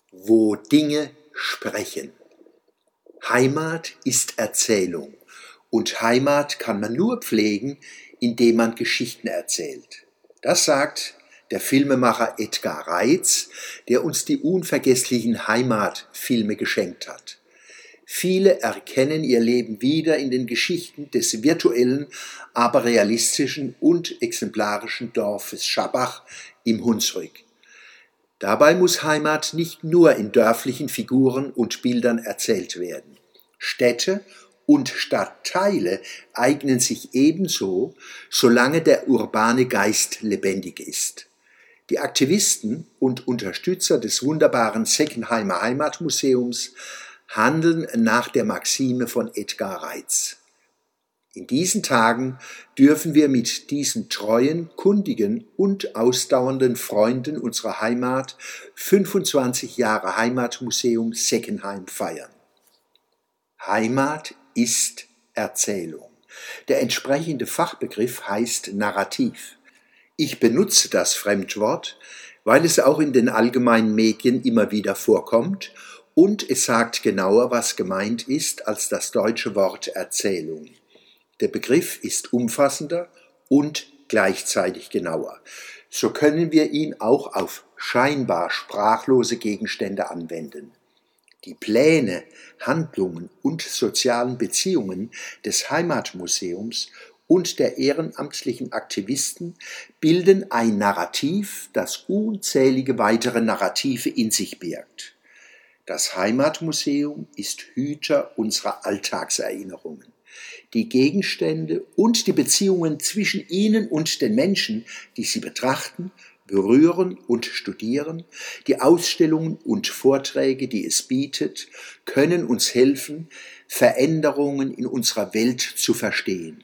Wo Dinge sprechen. Heimat ist Erzählung und Heimat kann man nur pflegen, indem man Geschichten erzählt. Das sagt der Filmemacher Edgar Reitz, der uns die unvergesslichen Heimatfilme geschenkt hat. Viele erkennen ihr Leben wieder in den Geschichten des virtuellen, aber realistischen und exemplarischen Dorfes Schabach im Hunsrück. Dabei muss Heimat nicht nur in dörflichen Figuren und Bildern erzählt werden. Städte und Stadtteile eignen sich ebenso, solange der urbane Geist lebendig ist. Die Aktivisten und Unterstützer des wunderbaren Seckenheimer Heimatmuseums handeln nach der Maxime von Edgar Reitz. In diesen Tagen dürfen wir mit diesen treuen, kundigen und ausdauernden Freunden unserer Heimat 25 Jahre Heimatmuseum Seckenheim feiern. Heimat ist Erzählung. Der entsprechende Fachbegriff heißt Narrativ. Ich benutze das Fremdwort, weil es auch in den allgemeinen Medien immer wieder vorkommt und es sagt genauer, was gemeint ist, als das deutsche Wort Erzählung. Der Begriff ist umfassender und gleichzeitig genauer. So können wir ihn auch auf scheinbar sprachlose Gegenstände anwenden. Die Pläne, Handlungen und sozialen Beziehungen des Heimatmuseums und der ehrenamtlichen Aktivisten bilden ein Narrativ, das unzählige weitere Narrative in sich birgt. Das Heimatmuseum ist Hüter unserer Alltagserinnerungen. Die Gegenstände und die Beziehungen zwischen ihnen und den Menschen, die sie betrachten, berühren und studieren, die Ausstellungen und Vorträge, die es bietet, können uns helfen, Veränderungen in unserer Welt zu verstehen.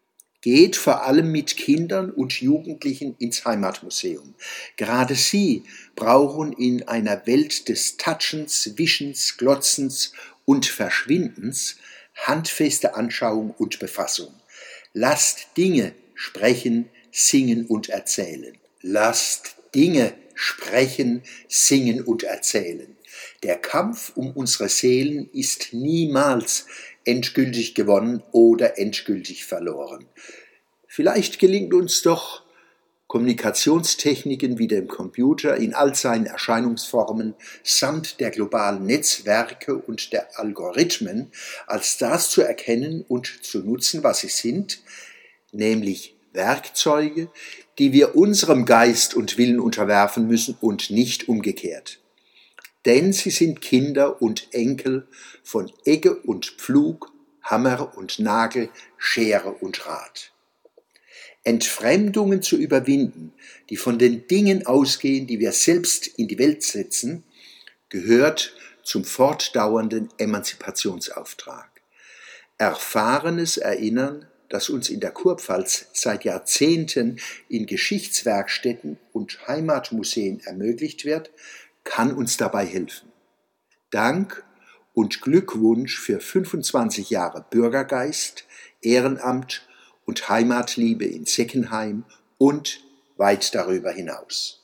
Geht vor allem mit Kindern und Jugendlichen ins Heimatmuseum. Gerade sie brauchen in einer Welt des Touchens, Wischens, Glotzens und Verschwindens handfeste Anschauung und Befassung. Lasst Dinge sprechen, singen und erzählen. Lasst Dinge sprechen, singen und erzählen. Der Kampf um unsere Seelen ist niemals endgültig gewonnen oder endgültig verloren. Vielleicht gelingt uns doch, Kommunikationstechniken wie dem Computer in all seinen Erscheinungsformen samt der globalen Netzwerke und der Algorithmen als das zu erkennen und zu nutzen, was sie sind, nämlich Werkzeuge, die wir unserem Geist und Willen unterwerfen müssen und nicht umgekehrt. Denn sie sind Kinder und Enkel von Egge und Pflug, Hammer und Nagel, Schere und Rad. Entfremdungen zu überwinden, die von den Dingen ausgehen, die wir selbst in die Welt setzen, gehört zum fortdauernden Emanzipationsauftrag. Erfahrenes Erinnern, das uns in der Kurpfalz seit Jahrzehnten in Geschichtswerkstätten und Heimatmuseen ermöglicht wird, kann uns dabei helfen. Dank und Glückwunsch für 25 Jahre Bürgergeist, Ehrenamt und Heimatliebe in Seckenheim und weit darüber hinaus.